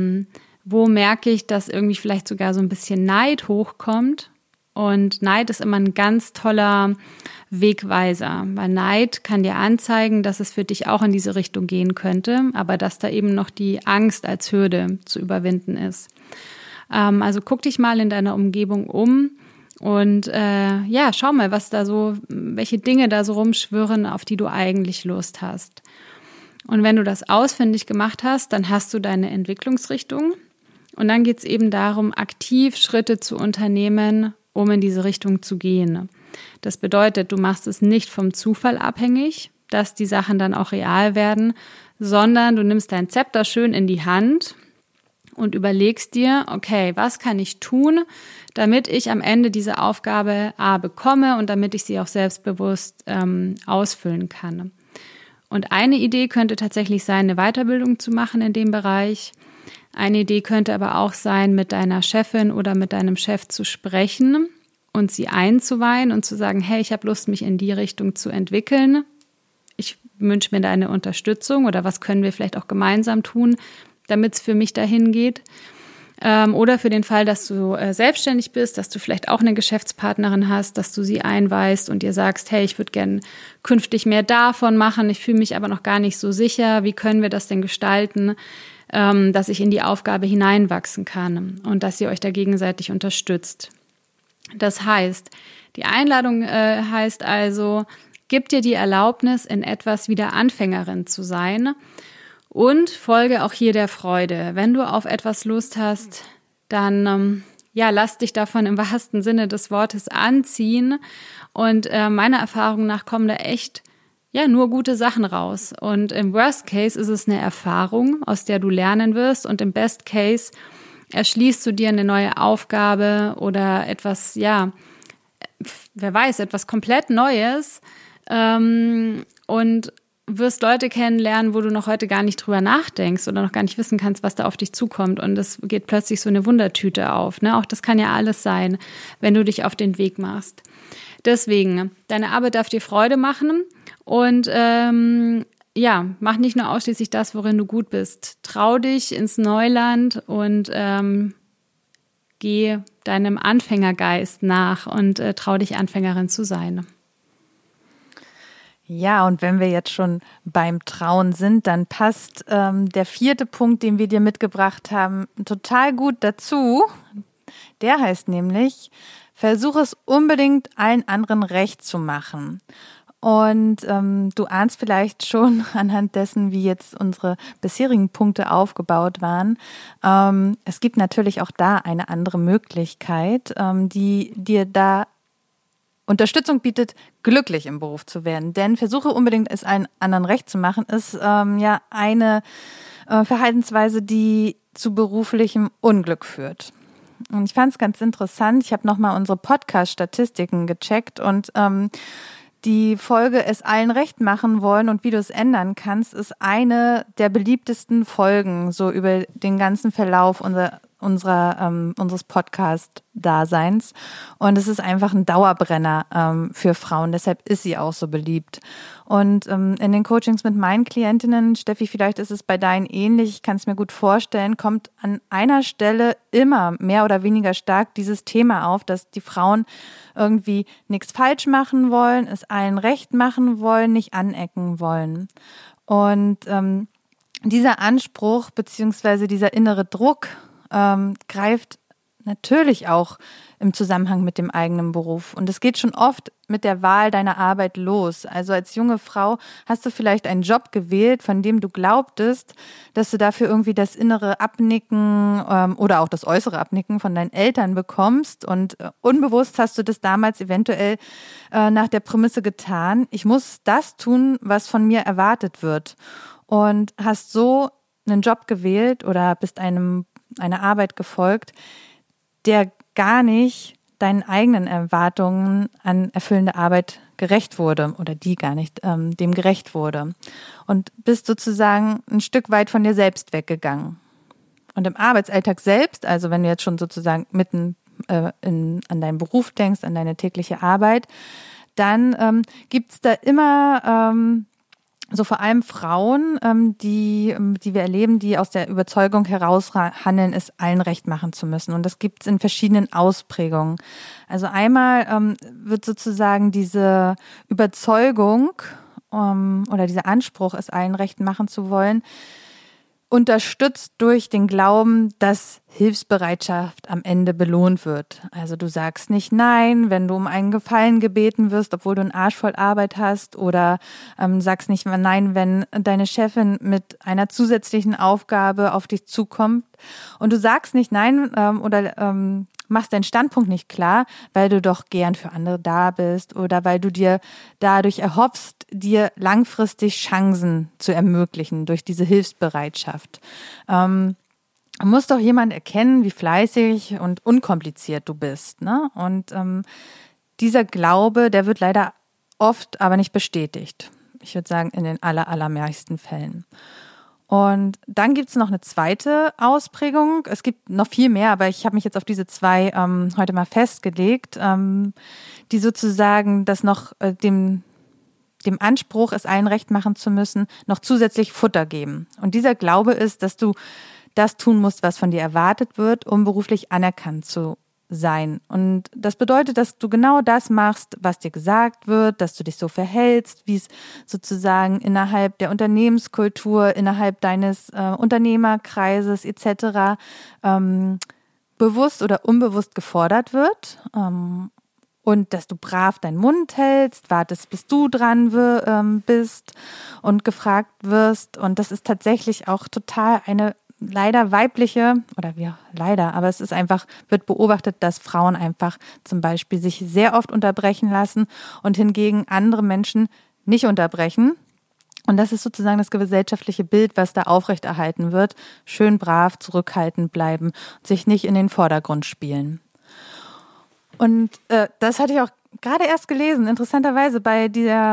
wo merke ich, dass irgendwie vielleicht sogar so ein bisschen Neid hochkommt? Und Neid ist immer ein ganz toller Wegweiser, weil Neid kann dir anzeigen, dass es für dich auch in diese Richtung gehen könnte, aber dass da eben noch die Angst als Hürde zu überwinden ist. Also guck dich mal in deiner Umgebung um und schau mal, welche Dinge da so rumschwirren, auf die du eigentlich Lust hast. Und wenn du das ausfindig gemacht hast, dann hast du deine Entwicklungsrichtung und dann geht es eben darum, aktiv Schritte zu unternehmen, um in diese Richtung zu gehen. Das bedeutet, du machst es nicht vom Zufall abhängig, dass die Sachen dann auch real werden, sondern du nimmst dein Zepter schön in die Hand und überlegst dir, okay, was kann ich tun, damit ich am Ende diese Aufgabe bekomme und damit ich sie auch selbstbewusst ausfüllen kann. Und eine Idee könnte tatsächlich sein, eine Weiterbildung zu machen in dem Bereich. Eine Idee könnte aber auch sein, mit deiner Chefin oder mit deinem Chef zu sprechen und sie einzuweihen und zu sagen, hey, ich habe Lust, mich in die Richtung zu entwickeln. Ich wünsche mir deine Unterstützung oder was können wir vielleicht auch gemeinsam tun, damit es für mich dahin geht. Oder für den Fall, dass du selbstständig bist, dass du vielleicht auch eine Geschäftspartnerin hast, dass du sie einweist und ihr sagst, hey, ich würde gerne künftig mehr davon machen, ich fühle mich aber noch gar nicht so sicher, wie können wir das denn gestalten, dass ich in die Aufgabe hineinwachsen kann und dass ihr euch da gegenseitig unterstützt. Das heißt, die Einladung heißt also, gib dir die Erlaubnis, in etwas wieder Anfängerin zu sein. Und folge auch hier der Freude. Wenn du auf etwas Lust hast, dann lass dich davon im wahrsten Sinne des Wortes anziehen. Und meiner Erfahrung nach kommen da echt nur gute Sachen raus. Und im Worst Case ist es eine Erfahrung, aus der du lernen wirst. Und im Best Case erschließt du dir eine neue Aufgabe oder etwas, wer weiß, etwas komplett Neues. Und wirst Leute kennenlernen, wo du noch heute gar nicht drüber nachdenkst oder noch gar nicht wissen kannst, was da auf dich zukommt. Und es geht plötzlich so eine Wundertüte auf. Ne? Auch das kann ja alles sein, wenn du dich auf den Weg machst. Deswegen, deine Arbeit darf dir Freude machen und mach nicht nur ausschließlich das, worin du gut bist. Trau dich ins Neuland und geh deinem Anfängergeist nach und trau dich, Anfängerin zu sein. Ja, und wenn wir jetzt schon beim Trauen sind, dann passt der 4. Punkt, den wir dir mitgebracht haben, total gut dazu. Der heißt nämlich, versuche es unbedingt allen anderen recht zu machen. Und du ahnst vielleicht schon anhand dessen, wie jetzt unsere bisherigen Punkte aufgebaut waren. Es gibt natürlich auch da eine andere Möglichkeit, die dir da Unterstützung bietet, glücklich im Beruf zu werden. Denn versuche unbedingt, es allen anderen recht zu machen, ist eine Verhaltensweise, die zu beruflichem Unglück führt. Und ich fand es ganz interessant. Ich habe nochmal unsere Podcast-Statistiken gecheckt und die Folge Es allen recht machen wollen und wie du es ändern kannst, ist eine der beliebtesten Folgen so über den ganzen Verlauf unseres Podcast-Daseins. Und es ist einfach ein Dauerbrenner für Frauen. Deshalb ist sie auch so beliebt. Und in den Coachings mit meinen Klientinnen, Steffi, vielleicht ist es bei deinen ähnlich, ich kann es mir gut vorstellen, kommt an einer Stelle immer mehr oder weniger stark dieses Thema auf, dass die Frauen irgendwie nichts falsch machen wollen, es allen recht machen wollen, nicht anecken wollen. Und dieser Anspruch beziehungsweise dieser innere Druck greift natürlich auch im Zusammenhang mit dem eigenen Beruf. Und es geht schon oft mit der Wahl deiner Arbeit los. Also als junge Frau hast du vielleicht einen Job gewählt, von dem du glaubtest, dass du dafür irgendwie das innere Abnicken oder auch das äußere Abnicken von deinen Eltern bekommst. Und unbewusst hast du das damals eventuell nach der Prämisse getan, ich muss das tun, was von mir erwartet wird. Und hast so einen Job gewählt oder bist einer Arbeit gefolgt, der gar nicht deinen eigenen Erwartungen an erfüllende Arbeit gerecht wurde oder die gar nicht dem gerecht wurde und bist sozusagen ein Stück weit von dir selbst weggegangen. Und im Arbeitsalltag selbst, also wenn du jetzt schon sozusagen mitten an deinen Beruf denkst, an deine tägliche Arbeit, dann gibt's da immer so vor allem Frauen, die wir erleben, die aus der Überzeugung heraus handeln, es allen recht machen zu müssen. Und das gibt's in verschiedenen Ausprägungen. Also einmal wird sozusagen diese Überzeugung oder dieser Anspruch, es allen recht machen zu wollen, unterstützt durch den Glauben, dass Hilfsbereitschaft am Ende belohnt wird. Also du sagst nicht nein, wenn du um einen Gefallen gebeten wirst, obwohl du einen Arsch voll Arbeit hast, oder sagst nicht nein, wenn deine Chefin mit einer zusätzlichen Aufgabe auf dich zukommt. Und du sagst nicht nein oder machst deinen Standpunkt nicht klar, weil du doch gern für andere da bist oder weil du dir dadurch erhoffst, dir langfristig Chancen zu ermöglichen durch diese Hilfsbereitschaft. Muss doch jemand erkennen, wie fleißig und unkompliziert du bist, ne? Und dieser Glaube, der wird leider oft aber nicht bestätigt. Ich würde sagen, in den allermeisten Fällen. Und dann gibt es noch eine zweite Ausprägung. Es gibt noch viel mehr, aber ich habe mich jetzt auf diese zwei heute mal festgelegt, die sozusagen das noch dem Anspruch, es allen recht machen zu müssen, noch zusätzlich Futter geben. Und dieser Glaube ist, dass du das tun musst, was von dir erwartet wird, um beruflich anerkannt zu sein. Und das bedeutet, dass du genau das machst, was dir gesagt wird, dass du dich so verhältst, wie es sozusagen innerhalb der Unternehmenskultur, innerhalb deines Unternehmerkreises etc. Bewusst oder unbewusst gefordert wird. Und dass du brav deinen Mund hältst, wartest, bis du dran bist und gefragt wirst. Und das ist tatsächlich auch total eine leider weibliche, aber es ist einfach, wird beobachtet, dass Frauen einfach zum Beispiel sich sehr oft unterbrechen lassen und hingegen andere Menschen nicht unterbrechen. Und das ist sozusagen das gesellschaftliche Bild, was da aufrechterhalten wird. Schön brav, zurückhaltend bleiben und sich nicht in den Vordergrund spielen. Und das hatte ich auch gerade erst gelesen, interessanterweise bei dieser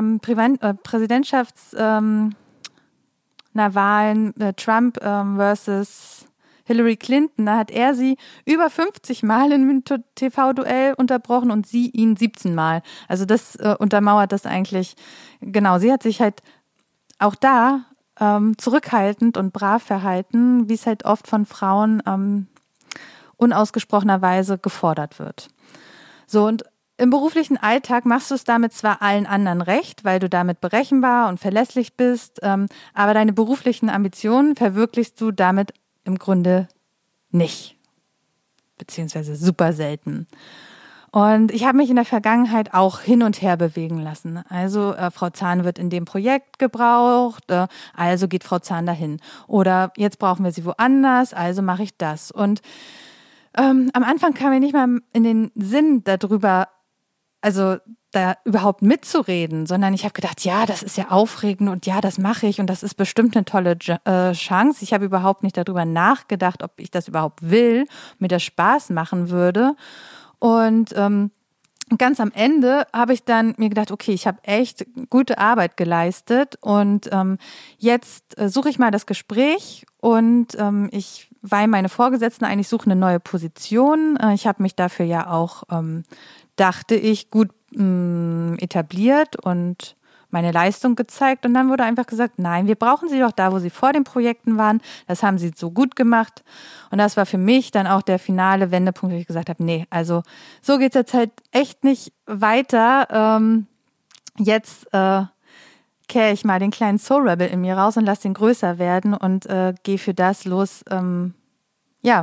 Wahlen Trump versus Hillary Clinton, da hat er sie über 50 Mal im TV-Duell unterbrochen und sie ihn 17 Mal. Also das untermauert das eigentlich. Genau, sie hat sich halt auch da zurückhaltend und brav verhalten, wie es halt oft von Frauen unausgesprochenerweise gefordert wird. So, und im beruflichen Alltag machst du es damit zwar allen anderen recht, weil du damit berechenbar und verlässlich bist, aber deine beruflichen Ambitionen verwirklichst du damit im Grunde nicht, beziehungsweise super selten. Und ich habe mich in der Vergangenheit auch hin und her bewegen lassen. Also Frau Zahn wird in dem Projekt gebraucht, also geht Frau Zahn dahin. Oder jetzt brauchen wir sie woanders, also mache ich das. Und am Anfang kam mir nicht mal in den Sinn darüber, also da überhaupt mitzureden, sondern ich habe gedacht, ja, das ist ja aufregend und ja, das mache ich und das ist bestimmt eine tolle Chance. Ich habe überhaupt nicht darüber nachgedacht, ob ich das überhaupt will, mir das Spaß machen würde. Und ganz am Ende habe ich dann mir gedacht, okay, ich habe echt gute Arbeit geleistet und jetzt suche ich mal das Gespräch und weil meine Vorgesetzten eigentlich suchen eine neue Position. Ich habe mich dafür ja auch, dachte ich, gut etabliert und meine Leistung gezeigt. Und dann wurde einfach gesagt, nein, wir brauchen sie doch da, wo sie vor den Projekten waren. Das haben sie so gut gemacht. Und das war für mich dann auch der finale Wendepunkt, wo ich gesagt habe, nee, also so geht's jetzt halt echt nicht weiter. Jetzt kehre ich mal den kleinen Soul Rebel in mir raus und lasse den größer werden und gehe für das los,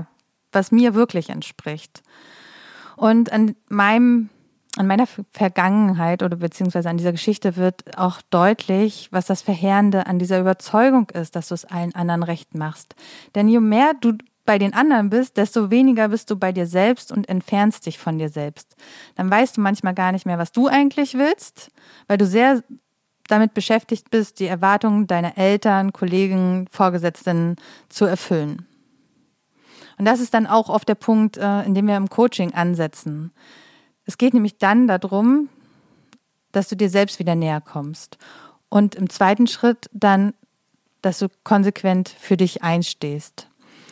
was mir wirklich entspricht. Und an meiner Vergangenheit oder beziehungsweise an dieser Geschichte wird auch deutlich, was das Verheerende an dieser Überzeugung ist, dass du es allen anderen recht machst. Denn je mehr du bei den anderen bist, desto weniger bist du bei dir selbst und entfernst dich von dir selbst. Dann weißt du manchmal gar nicht mehr, was du eigentlich willst, weil du sehr damit beschäftigt bist, die Erwartungen deiner Eltern, Kollegen, Vorgesetzten zu erfüllen. Und das ist dann auch oft der Punkt, in dem wir im Coaching ansetzen. Es geht nämlich dann darum, dass du dir selbst wieder näher kommst. Und im zweiten Schritt dann, dass du konsequent für dich einstehst.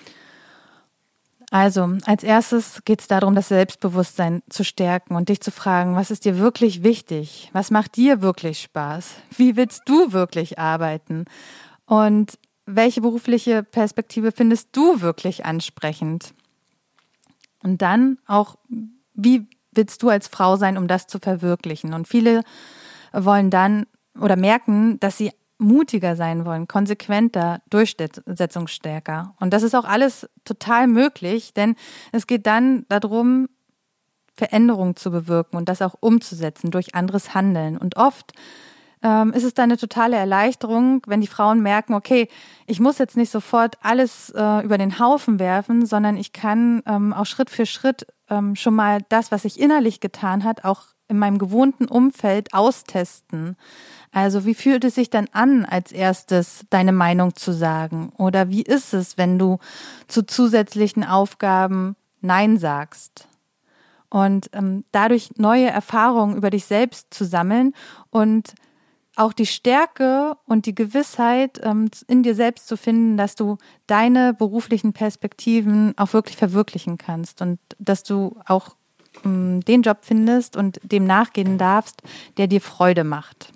Also, als erstes geht es darum, das Selbstbewusstsein zu stärken und dich zu fragen, was ist dir wirklich wichtig? Was macht dir wirklich Spaß? Wie willst du wirklich arbeiten? Und welche berufliche Perspektive findest du wirklich ansprechend? Und dann auch, wie willst du als Frau sein, um das zu verwirklichen? Und viele wollen dann oder merken, dass sie mutiger sein wollen, konsequenter, durchsetzungsstärker. Und das ist auch alles total möglich, denn es geht dann darum, Veränderungen zu bewirken und das auch umzusetzen durch anderes Handeln. Und oft ist es dann eine totale Erleichterung, wenn die Frauen merken, okay, ich muss jetzt nicht sofort alles über den Haufen werfen, sondern ich kann auch Schritt für Schritt schon mal das, was sich innerlich getan hat, auch in meinem gewohnten Umfeld austesten. Also wie fühlt es sich dann an, als erstes deine Meinung zu sagen? Oder wie ist es, wenn du zu zusätzlichen Aufgaben Nein sagst? Und dadurch neue Erfahrungen über dich selbst zu sammeln und auch die Stärke und die Gewissheit in dir selbst zu finden, dass du deine beruflichen Perspektiven auch wirklich verwirklichen kannst und dass du auch den Job findest und dem nachgehen darfst, der dir Freude macht.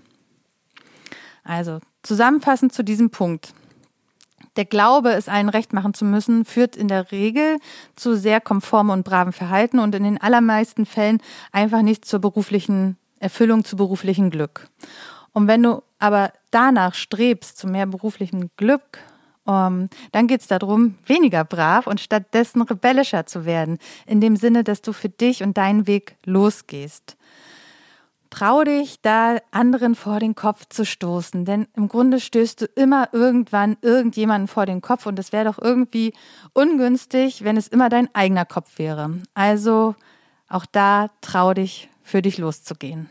Also zusammenfassend zu diesem Punkt. Der Glaube, es allen recht machen zu müssen, führt in der Regel zu sehr konformem und bravem Verhalten und in den allermeisten Fällen einfach nicht zur beruflichen Erfüllung, zu beruflichem Glück. Und wenn du aber danach strebst, zu mehr beruflichem Glück, dann geht es darum, weniger brav und stattdessen rebellischer zu werden, in dem Sinne, dass du für dich und deinen Weg losgehst. Trau dich, da anderen vor den Kopf zu stoßen, denn im Grunde stößt du immer irgendwann irgendjemanden vor den Kopf und es wäre doch irgendwie ungünstig, wenn es immer dein eigener Kopf wäre. Also auch da trau dich, für dich loszugehen.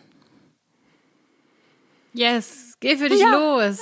Yes, geh für dich los.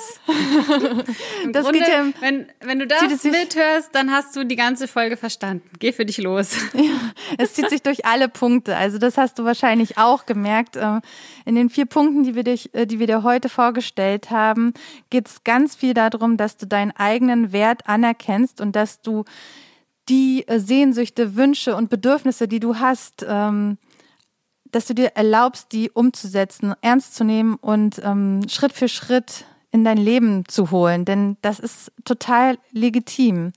Im das Grunde, geht ja wenn du das mithörst, dann hast du die ganze Folge verstanden. Geh für dich los. Ja, es zieht sich durch alle Punkte. Also das hast du wahrscheinlich auch gemerkt. In den 4 Punkten, die wir dir heute vorgestellt haben, geht es ganz viel darum, dass du deinen eigenen Wert anerkennst und dass du die Sehnsüchte, Wünsche und Bedürfnisse, die du hast, dass du dir erlaubst, die umzusetzen, ernst zu nehmen und Schritt für Schritt in dein Leben zu holen. Denn das ist total legitim.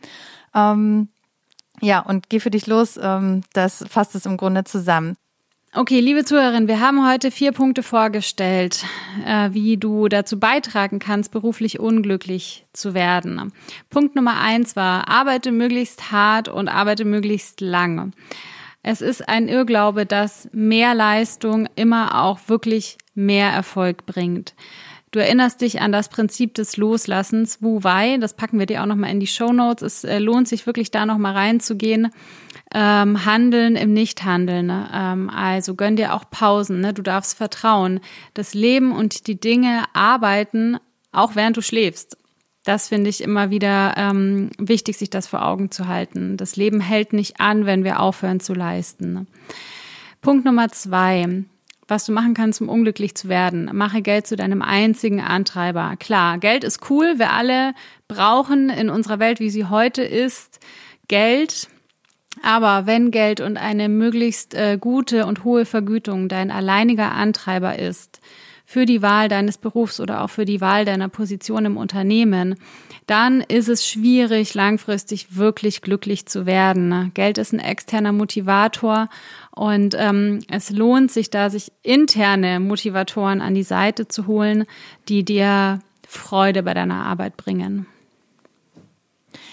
Ja, und geh für dich los, das fasst es im Grunde zusammen. Okay, liebe Zuhörerin, wir haben heute 4 Punkte vorgestellt, wie du dazu beitragen kannst, beruflich unglücklich zu werden. Punkt Nummer 1 war, arbeite möglichst hart und arbeite möglichst lange. Es ist ein Irrglaube, dass mehr Leistung immer auch wirklich mehr Erfolg bringt. Du erinnerst dich an das Prinzip des Loslassens, Wu Wei, das packen wir dir auch nochmal in die Shownotes. Es lohnt sich wirklich da nochmal reinzugehen. Handeln im Nichthandeln. Also gönn dir auch Pausen. Ne? Du darfst vertrauen. Das Leben und die Dinge arbeiten, auch während du schläfst. Das finde ich immer wieder wichtig, sich das vor Augen zu halten. Das Leben hält nicht an, wenn wir aufhören zu leisten. Punkt Nummer 2. Was du machen kannst, um unglücklich zu werden. Mache Geld zu deinem einzigen Antreiber. Klar, Geld ist cool. Wir alle brauchen in unserer Welt, wie sie heute ist, Geld. Aber wenn Geld und eine möglichst gute und hohe Vergütung dein alleiniger Antreiber ist, für die Wahl deines Berufs oder auch für die Wahl deiner Position im Unternehmen, dann ist es schwierig, langfristig wirklich glücklich zu werden. Geld ist ein externer Motivator und es lohnt sich da, sich interne Motivatoren an die Seite zu holen, die dir Freude bei deiner Arbeit bringen.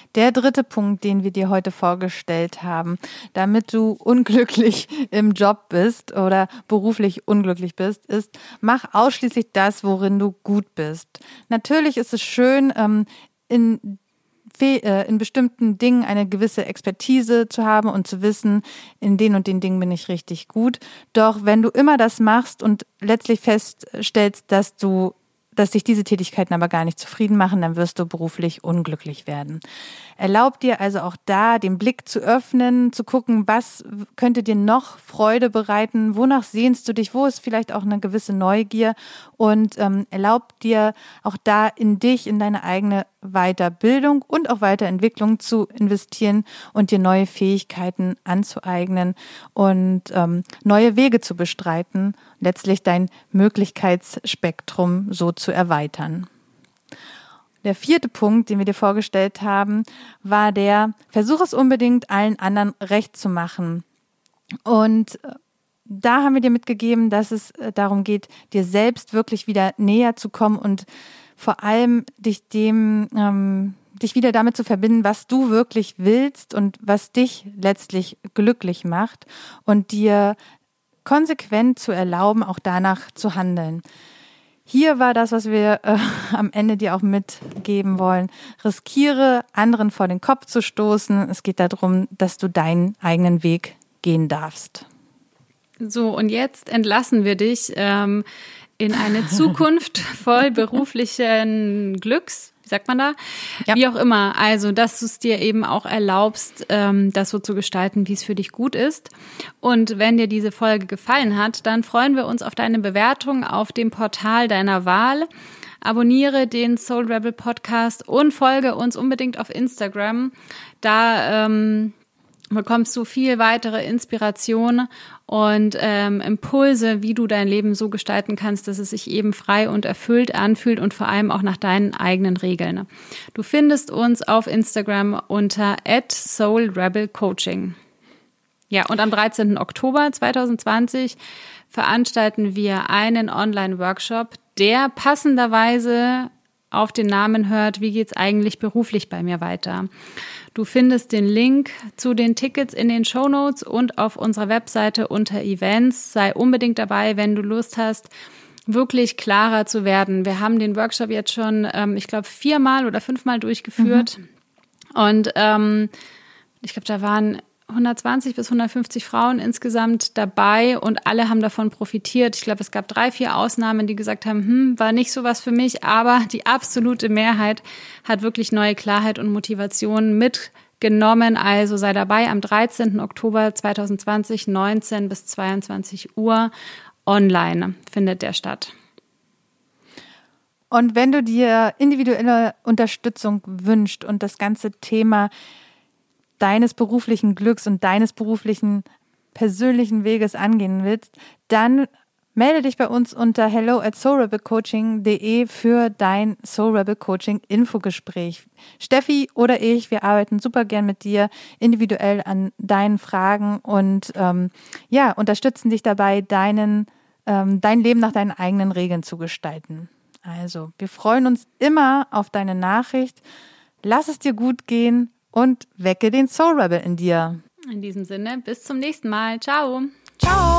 Der dritte Punkt, den wir dir heute vorgestellt haben, damit du unglücklich im Job bist oder beruflich unglücklich bist, ist, mach ausschließlich das, worin du gut bist. Natürlich ist es schön, in bestimmten Dingen eine gewisse Expertise zu haben und zu wissen, in den und den Dingen bin ich richtig gut. Doch wenn du immer das machst und letztlich feststellst, dass dich diese Tätigkeiten aber gar nicht zufrieden machen, dann wirst du beruflich unglücklich werden. Erlaub dir also auch da, den Blick zu öffnen, zu gucken, was könnte dir noch Freude bereiten, wonach sehnst du dich, wo ist vielleicht auch eine gewisse Neugier und erlaub dir auch da in dich, in deine eigene Weiterbildung und auch Weiterentwicklung zu investieren und dir neue Fähigkeiten anzueignen und neue Wege zu bestreiten, letztlich dein Möglichkeitsspektrum so zu erweitern. Der vierte Punkt, den wir dir vorgestellt haben, war versuch es unbedingt allen anderen recht zu machen. Und da haben wir dir mitgegeben, dass es darum geht, dir selbst wirklich wieder näher zu kommen und vor allem dich wieder damit zu verbinden, was du wirklich willst und was dich letztlich glücklich macht und dir konsequent zu erlauben, auch danach zu handeln. Hier war das, was wir am Ende dir auch mitgeben wollen. Riskiere, anderen vor den Kopf zu stoßen. Es geht darum, dass du deinen eigenen Weg gehen darfst. So, und jetzt entlassen wir dich in eine Zukunft voll beruflichen Glücks. Wie sagt man da? Ja. Wie auch immer. Also, dass du es dir eben auch erlaubst, das so zu gestalten, wie es für dich gut ist. Und wenn dir diese Folge gefallen hat, dann freuen wir uns auf deine Bewertung auf dem Portal deiner Wahl. Abonniere den Soul Rebel Podcast und folge uns unbedingt auf Instagram. Da bekommst du viel weitere Inspiration und Impulse, wie du dein Leben so gestalten kannst, dass es sich eben frei und erfüllt anfühlt und vor allem auch nach deinen eigenen Regeln. Du findest uns auf Instagram unter @soulrebelcoaching. Ja, und am 13. Oktober 2020 veranstalten wir einen Online-Workshop, der passenderweise auf den Namen hört, wie geht's eigentlich beruflich bei mir weiter. Du findest den Link zu den Tickets in den Shownotes und auf unserer Webseite unter Events. Sei unbedingt dabei, wenn du Lust hast, wirklich klarer zu werden. Wir haben den Workshop jetzt schon, ich glaube, 4 oder 5 durchgeführt. Und ich glaube, da waren 120 bis 150 Frauen insgesamt dabei und alle haben davon profitiert. Ich glaube, es gab 3-4 Ausnahmen, die gesagt haben, war nicht so was für mich, aber die absolute Mehrheit hat wirklich neue Klarheit und Motivation mitgenommen. Also sei dabei am 13. Oktober 2020, 19 bis 22 Uhr online findet der statt. Und wenn du dir individuelle Unterstützung wünschst und das ganze Thema deines beruflichen Glücks und deines beruflichen persönlichen Weges angehen willst, dann melde dich bei uns unter hello@soulrebelcoaching.de für dein Soul Rebel Coaching Infogespräch. Steffi oder ich, wir arbeiten super gern mit dir individuell an deinen Fragen und unterstützen dich dabei, dein Leben nach deinen eigenen Regeln zu gestalten. Also, wir freuen uns immer auf deine Nachricht. Lass es dir gut gehen und wecke den Soul Rebel in dir. In diesem Sinne, bis zum nächsten Mal. Ciao. Ciao.